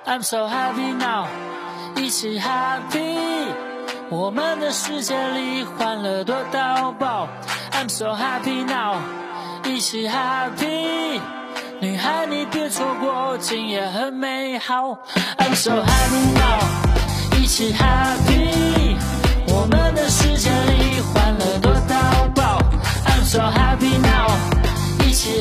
I'm so happy now， 一起 happy， 我们的世界里欢乐多到爆。I'm so happy now， 一起 happy， 女孩你别错过，今夜很美好。I'm so happy now， 一起 happy， 我们的世界里欢乐多到爆。I'm so happy now， 一起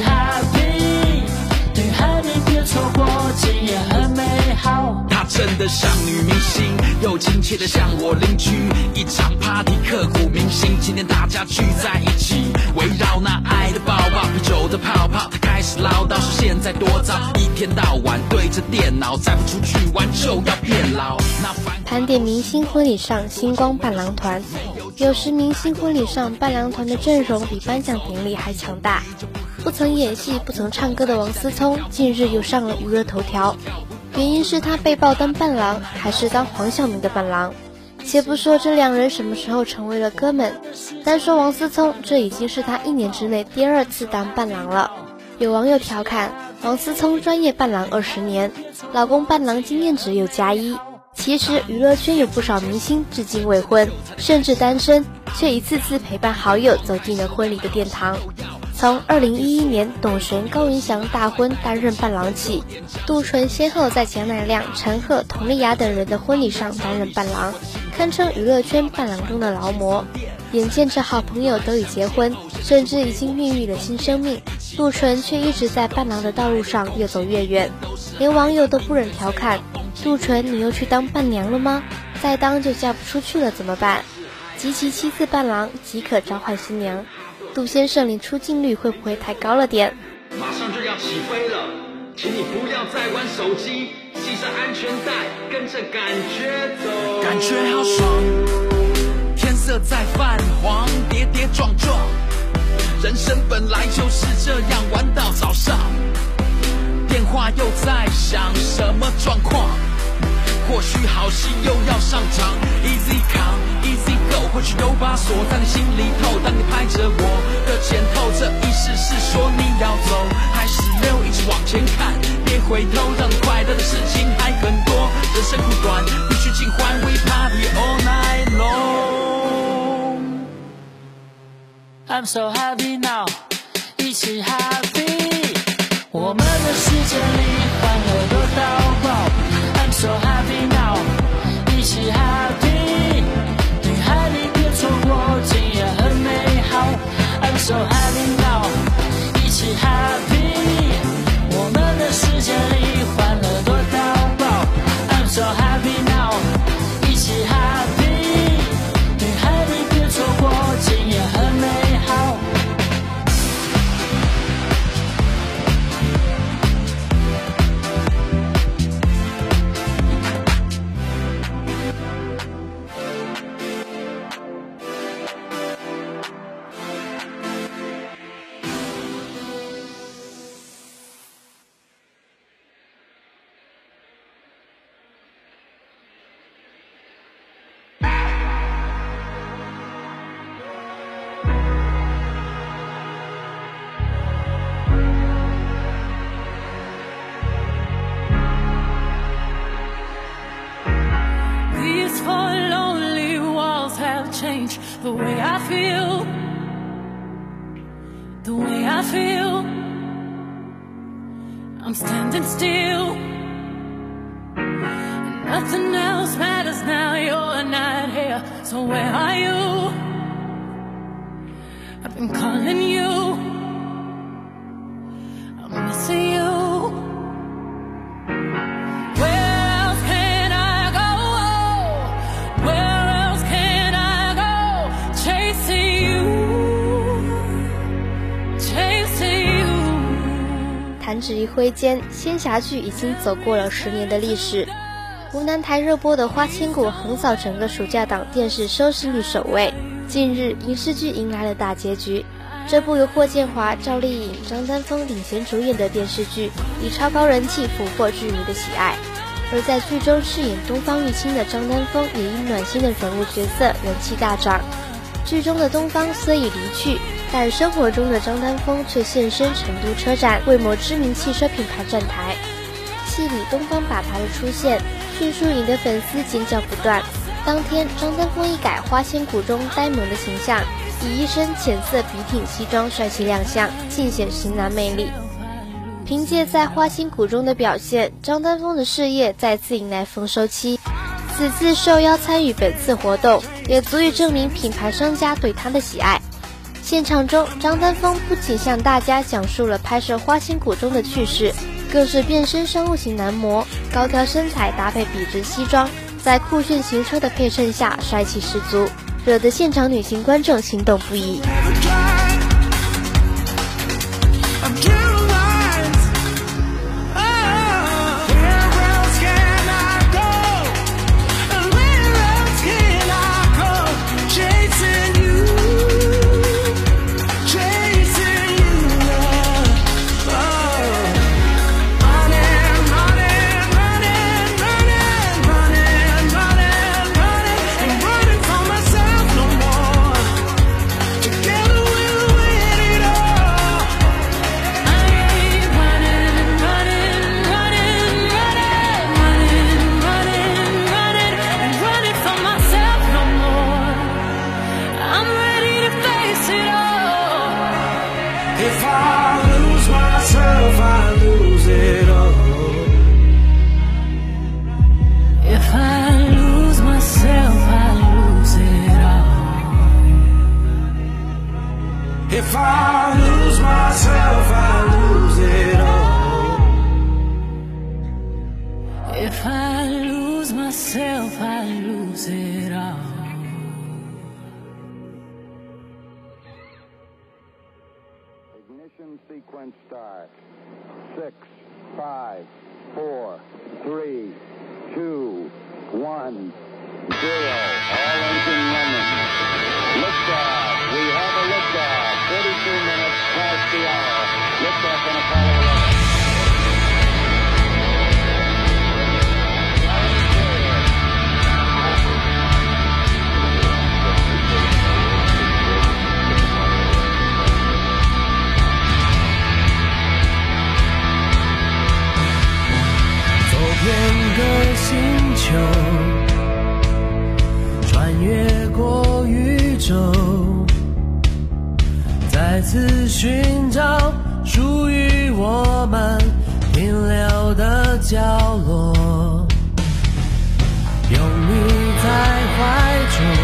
happy， 女孩你别错过，今夜很美好。 她真的像女明星，又亲切的像我邻居。一场 party 刻骨铭心，今天大家聚在一起，围绕那爱的抱抱，啤酒的泡泡。她开始唠叨说现在多糟，一天到晚对着电脑，再不出去玩就要变老。 盘点明星婚礼上星光伴郎团，有时明星婚礼上伴郎团的阵容比颁奖典礼还强大。不曾演戏不曾唱歌的王思聪近日又上了娱乐头条，原因是他被曝当伴郎，还是当黄晓明的伴郎。且不说这两人什么时候成为了哥们，单说王思聪，这已经是他1年之内第2次当伴郎了。有网友调侃，王思聪专业伴郎20年，老公伴郎经验值又+1。其实娱乐圈有不少明星至今未婚，甚至单身，却一次次陪伴好友走进了婚礼的殿堂。从2011年董璇、高文翔大婚担任伴郎起，杜淳先后在蒋乃亮、陈赫、佟丽娅等人的婚礼上担任伴郎，堪称娱乐圈伴郎中的劳模。眼见着好朋友都已结婚，甚至已经孕育了新生命，杜淳却一直在伴郎的道路上越走越远，连网友都不忍调侃：杜淳，你又去当伴娘了吗？再当就嫁不出去了怎么办？集齐7次伴郎即可召唤新娘。杜先生，你出镜率会不会太高了点？ 马上就要起飞了，请你不要再玩手机，系上安全带，跟着感觉走。感觉好爽，天色在泛黄，跌跌撞撞，人生本来就是这样，玩到早上。电话又在响，什么状况？或许好戏又要上场 ，Easy come Easy go， 或许有把锁在你心里头。当你拍着我的肩头，这意思是说你要走，还是留一直往前看，别回头，让你快乐的事情还很多。人生苦短，必须尽欢 ，We party all night long。 I'm so happy now， 一起 happy， 我们的世界里欢乐多到爆。I'm so happy now， 一起 happy， 女孩你别错过，今夜很美好。I'm so happy now， 一起 happy， 我们的世界里欢乐多到爆。I'm so happy now， 一起 happy， 女孩你别错过，今夜很美好。 The way I feel, the way I feel, I'm standing still, and nothing else matters now, you're not here, so where are you? I've been calling you, I'm missing you. 弹指一挥间，仙侠剧已经走过了10年的历史。湖南台热播的《花千骨》横扫整个暑假档电视收视率首位。近日，影视剧迎来了大结局。这部由霍建华、赵丽颖、张丹峰领衔主演的电视剧，以超高人气俘获剧迷的喜爱。而在剧中饰演东方玉清的张丹峰，也因暖心的人物角色人气大涨。剧中的东方虽已离去，但生活中的张丹峰却现身成都车站，为某知名汽车品牌站台。 戏里东方把牌的出现，迅速引得粉丝尖叫不断。当天，张丹峰一改花千骨中呆萌的形象，以一身浅色笔挺西装帅气亮相，尽显型男魅力。凭借在花千骨中的表现，张丹峰的事业再次迎来丰收期。此次受邀参与本次活动，也足以证明品牌商家对他的喜爱。现场中，张丹峰不仅向大家讲述了拍摄花千骨中的趣事，更是变身商务型男模，高挑身材搭配笔直西装，在酷炫行车的配衬下帅气十足，惹得现场女性观众心动不已。 If I lose myself, I lose it all. If I lose myself, I lose it all. Ignition sequence start. 6, 5, 4, 3, 2, 1, 0. All engine running. Liftoff. We have a liftoff. 32 minutes past the hour. Liftoff on Apollo 11. 走遍个星球，穿越过宇宙，再次寻找属于我们停留的角落，有你在怀中，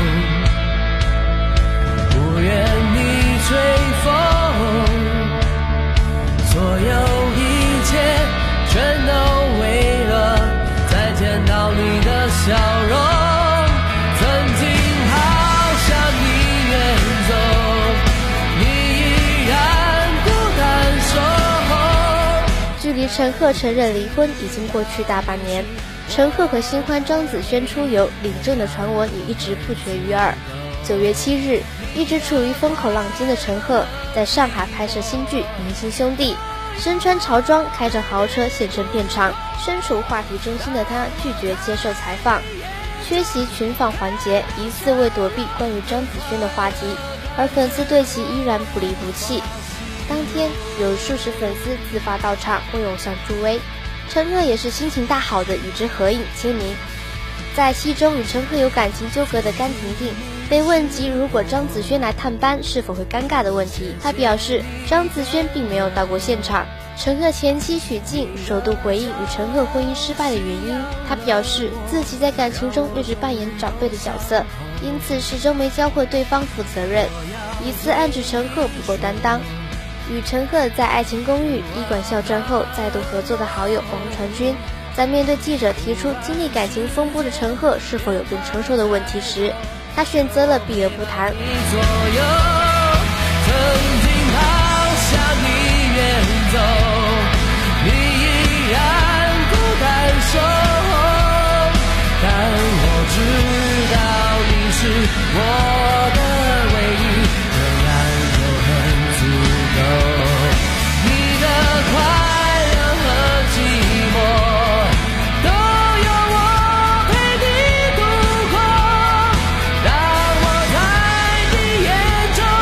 不愿你吹风，所有一切全都为了再见到你的笑容。曾经好想你远走，你依然孤单守候。 距离陈赫承认离婚已经过去大半年，陈赫和新欢张子萱出游领证的传闻也一直不绝于耳。9月7日，一直处于风口浪尖的陈赫在上海拍摄新剧《明星兄弟》，身穿潮装，开着豪车现身片场。身处话题中心的他拒绝接受采访，缺席群访环节，疑似为躲避关于张子萱的话题，而粉丝对其依然不离不弃。当天有数十粉丝自发到场为偶像助威，陈赫也是心情大好的与之合影签名。在戏中与陈赫有感情纠葛的甘婷婷被问及如果张子萱来探班是否会尴尬的问题，他表示张子萱并没有到过现场。陈赫前妻许婧首度回应与陈赫婚姻失败的原因，他表示自己在感情中一直扮演长辈的角色，因此始终没教会对方负责任，以此暗指陈赫不够担当。与陈赫在《爱情公寓》医馆笑战后再度合作的好友王传君，在面对记者提出经历感情风波的陈赫是否有更成熟的问题时，他选择了避而不谈。 曾经好想你远走，你依然孤单守候，但我知道你是我的唯一，这样就很足够。你的快乐和寂寞都有我陪你度过，让我在你眼中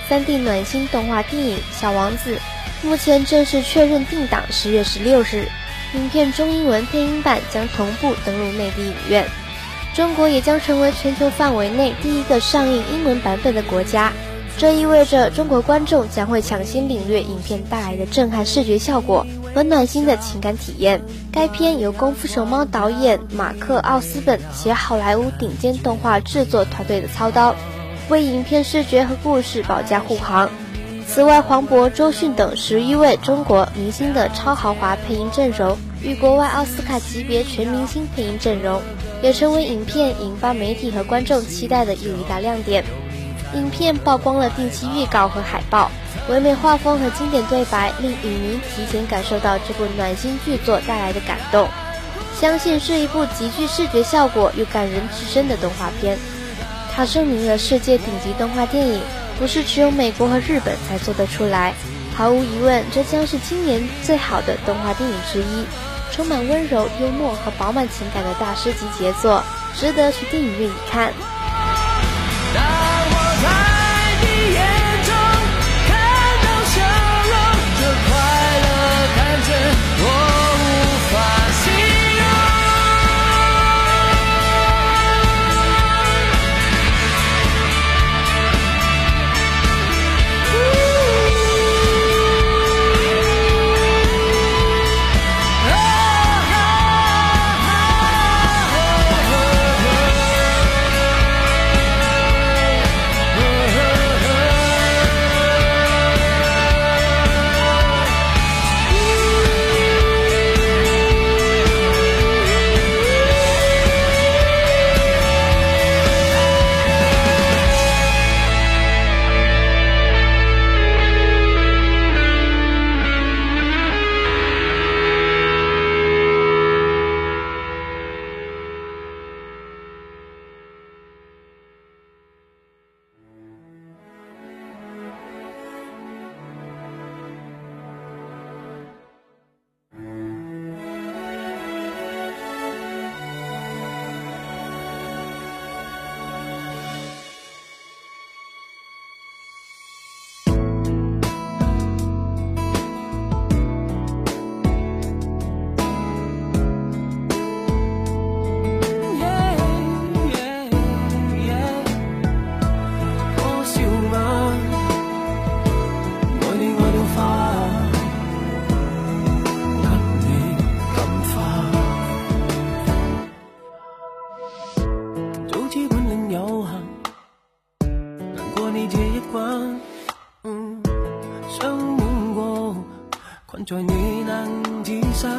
3D 暖心动画电影《小王子》，目前正式确认定档10月16日。影片中英文配音版将同步登陆内地影院，中国也将成为全球范围内第一个上映英文版本的国家。这意味着中国观众将会抢先领略影片带来的震撼视觉效果和暖心的情感体验。该片由功夫熊猫导演马克·奥斯本携好莱坞顶尖动画制作团队的操刀，为影片视觉和故事保驾护航。此外，黄渤、周迅等11位中国明星的超豪华配音阵容与国外奥斯卡级别全明星配音阵容，也成为影片引发媒体和观众期待的又一大亮点。影片曝光了定期预告和海报，唯美画风和经典对白令影迷提前感受到这部暖心剧作带来的感动，相信是一部极具视觉效果又感人至深的动画片。它证明了世界顶级动画电影不是只有美国和日本才做得出来，毫无疑问，这将是今年最好的动画电影之一，充满温柔、幽默和饱满情感的大师级杰作，值得去电影院一看。 在你能自生，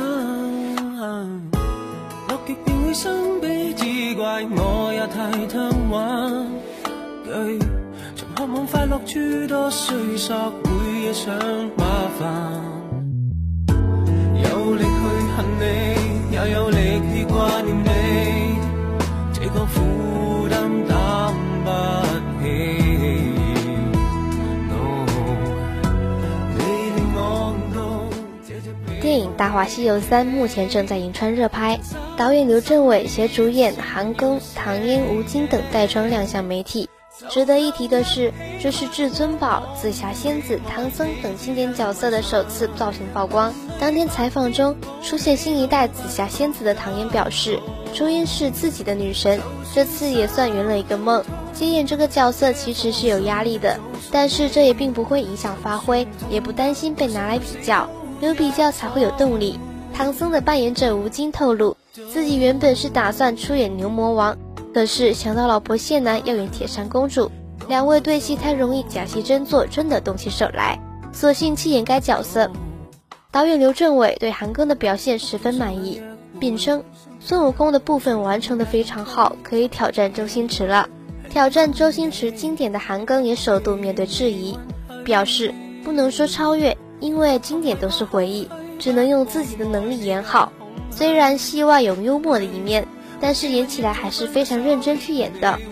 樂極便會生悲，只怪我也太貪玩。從渴望快樂諸多歲索，每夜想麻煩。有力去恨你，也有力氣掛念你，這個負擔擔不起。 电影《大话西游3》目前正在银川热拍，导演刘镇伟携主演韩庚、唐嫣、吴京等带妆亮相媒体。值得一提的是，这是至尊宝、紫霞仙子、唐僧等经典角色的首次造型曝光。当天采访中，出现新一代紫霞仙子的唐嫣表示，朱茵是自己的女神，这次也算圆了一个梦。接演这个角色其实是有压力的，但是这也并不会影响发挥，也不担心被拿来比较。有比较才会有动力。唐僧的扮演者吴京透露，自己原本是打算出演牛魔王，可是想到老婆谢楠要演铁扇公主，两位对戏太容易假戏真做，真的动起手来，索性弃演该角色。导演刘镇伟对韩庚的表现十分满意，并称孙悟空的部分完成得非常好，可以挑战周星驰了。挑战周星驰经典的韩庚也首度面对质疑，表示不能说超越，因为经典都是回忆，只能用自己的能力演好。虽然戏外有幽默的一面，但是演起来还是非常认真去演的。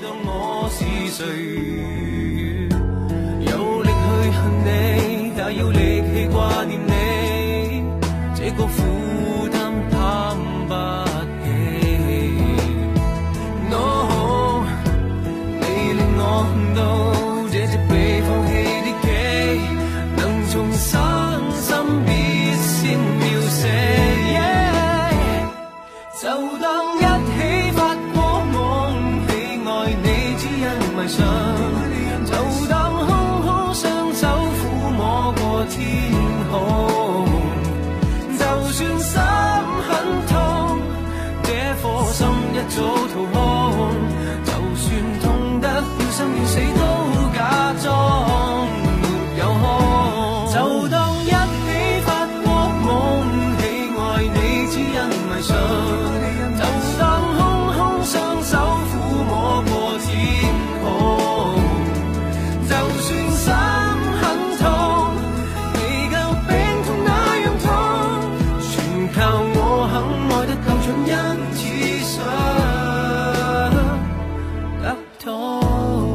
有力去恨你，也要力氣掛念你，這個負擔擔不起。No， 你令我恨到這隻被放棄。 就當一起發過夢，喜愛你只因迷上，就當空空雙手撫摸過天空，就算心很痛，這顆心一早掏空，就算痛得要生要死都假裝沒有空，就當一起發過夢，喜愛你只因迷上，就當空空雙手撫摸過天空，就算心很痛，未夠冰痛那樣痛，全靠我肯愛得夠盡，因此想得痛。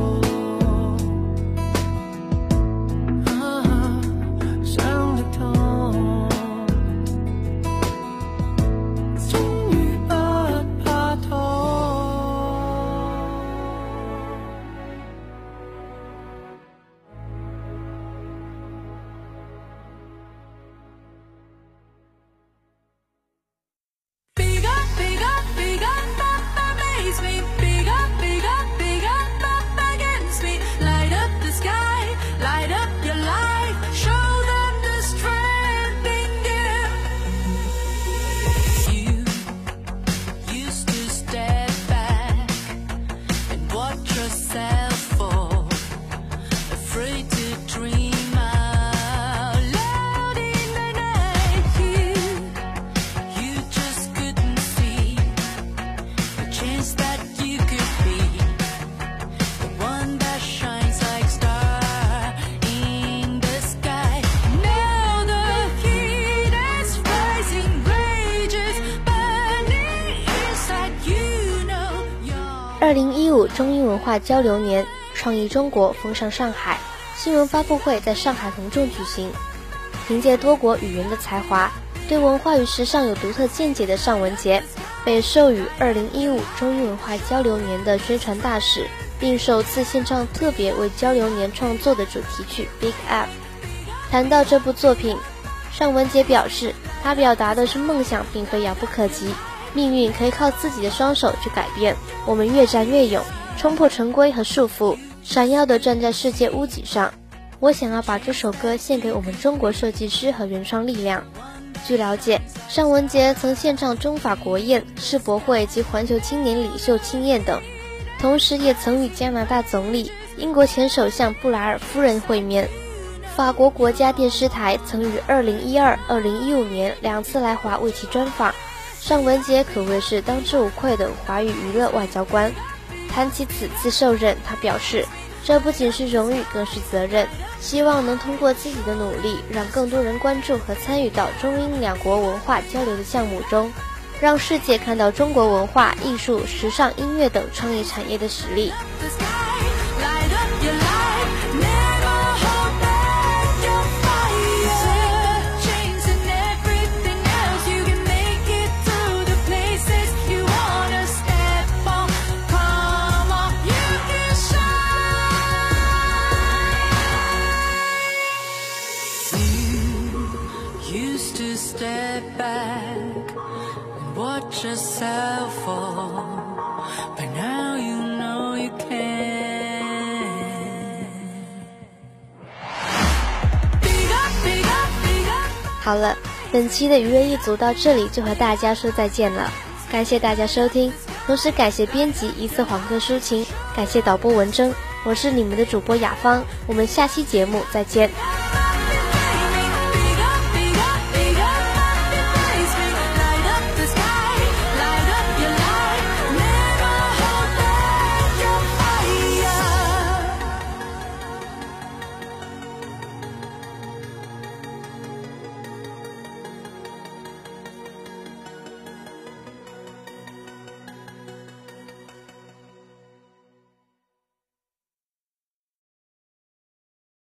2015中英文化交流年，创意中国风尚上海，新闻发布会在上海隆重举行。凭借多国语言的才华，对文化与时尚有独特见解的尚雯婕，被授予2015中英文化交流年的宣传大使，并首次献唱特别为交流年创作的主题曲 Big Up。 谈到这部作品，尚雯婕表示，她表达的是梦想并非遥不可及，命运可以靠自己的双手去改变，我们越战越勇，冲破陈规和束缚，闪耀地站在世界屋脊上。我想要把这首歌献给我们中国设计师和原创力量。据了解，尚雯婕曾献唱中法国宴、世博会及环球青年领袖庆宴等，同时也曾与加拿大总理、英国前首相布莱尔夫人会面。法国国家电视台曾于2012、2015年2次来华为其专访，尚雯婕可谓是当之无愧的华语娱乐外交官。谈起此次受任，他表示，这不仅是荣誉，更是责任，希望能通过自己的努力，让更多人关注和参与到中英两国文化交流的项目中，让世界看到中国文化、艺术、时尚、音乐等创意产业的实力。 Step back and watch yourself fall, but now you know you can. Big up, big up, big up. 好了，本期的娱乐一族到这里就和大家说再见了，感谢大家收听，同时感谢编辑一色黄歌抒情，感谢导播文征，我是你们的主播雅芳，我们下期节目再见。